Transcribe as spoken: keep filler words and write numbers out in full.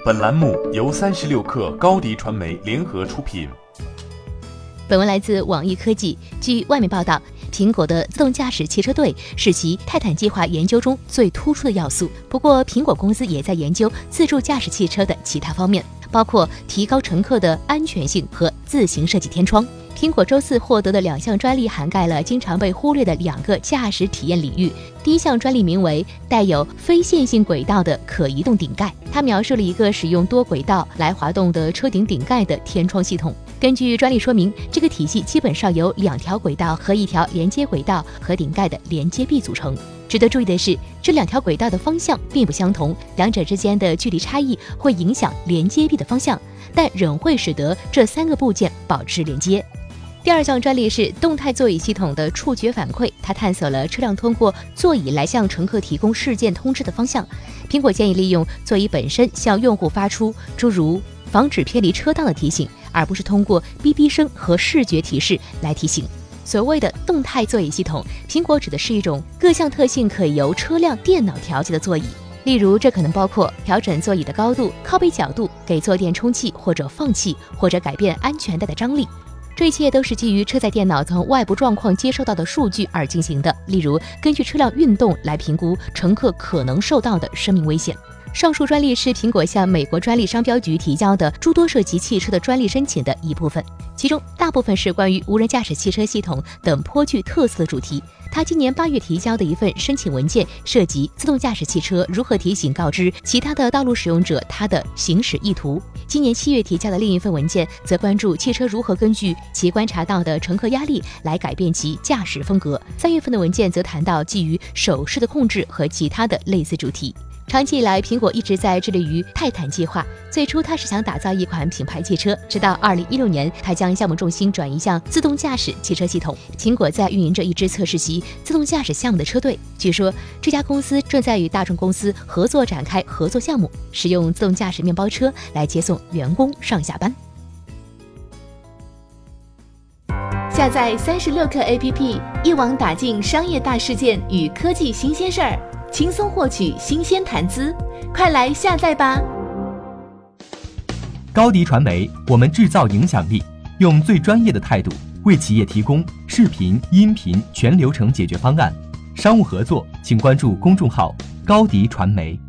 本栏目由三十六氪高迪传媒联合出品。 本文来自网易科技。据外媒报道，苹果的自动驾驶汽车队是其泰坦计划研究中最突出的要素。不过，苹果公司也在研究自助驾驶汽车的其他方面，包括提高乘客的安全性和自行设计天窗。苹果周四获得的两项专利涵盖了经常被忽略的两个驾驶体验领域。第一项专利名为带有非线性轨道的可移动顶盖，它描述了一个使用多轨道来滑动的车顶顶盖的天窗系统。根据专利说明，这个体系基本上由两条轨道和一条连接轨道和顶盖的连接壁组成。值得注意的是，这两条轨道的方向并不相同，两者之间的距离差异会影响连接壁的方向，但仍会使得这三个部件保持连接。第二项专利是动态座椅系统的触觉反馈，它探索了车辆通过座椅来向乘客提供事件通知的方向。苹果建议利用座椅本身向用户发出诸如防止偏离车道的提醒，而不是通过哔哔声和视觉提示来提醒。所谓的动态座椅系统，苹果指的是一种各项特性可以由车辆电脑调节的座椅。例如，这可能包括调整座椅的高度、靠背角度、给坐垫充气或者放气，或者改变安全带的张力。这一切都是基于车载电脑从外部状况接收到的数据而进行的，例如根据车辆运动来评估乘客可能受到的生命危险。上述专利是苹果向美国专利商标局提交的诸多涉及汽车的专利申请的一部分，其中大部分是关于无人驾驶汽车系统等颇具特色的主题。他今年八月提交的一份申请文件涉及自动驾驶汽车如何提醒告知其他的道路使用者它的行驶意图。今年七月提交的另一份文件则关注汽车如何根据其观察到的乘客压力来改变其驾驶风格。三月份的文件则谈到基于手势的控制和其他的类似主题。长期以来，苹果一直在致力于泰坦计划。最初，它是想打造一款品牌汽车，直到二零一六年，它将项目重心转移向自动驾驶汽车系统。苹果在运营着一支测试其自动驾驶项目的车队。据说，这家公司正在与大众公司合作展开合作项目，使用自动驾驶面包车来接送员工上下班。 下载三十六氪 A P P， 一网打尽商业大事件与科技新鲜事儿。轻松获取新鲜谈资，快来下载吧！ 高迪传媒，我们制造影响力，用最专业的态度为企业提供视频、音频全流程解决方案。商务合作，请关注公众号高迪传媒。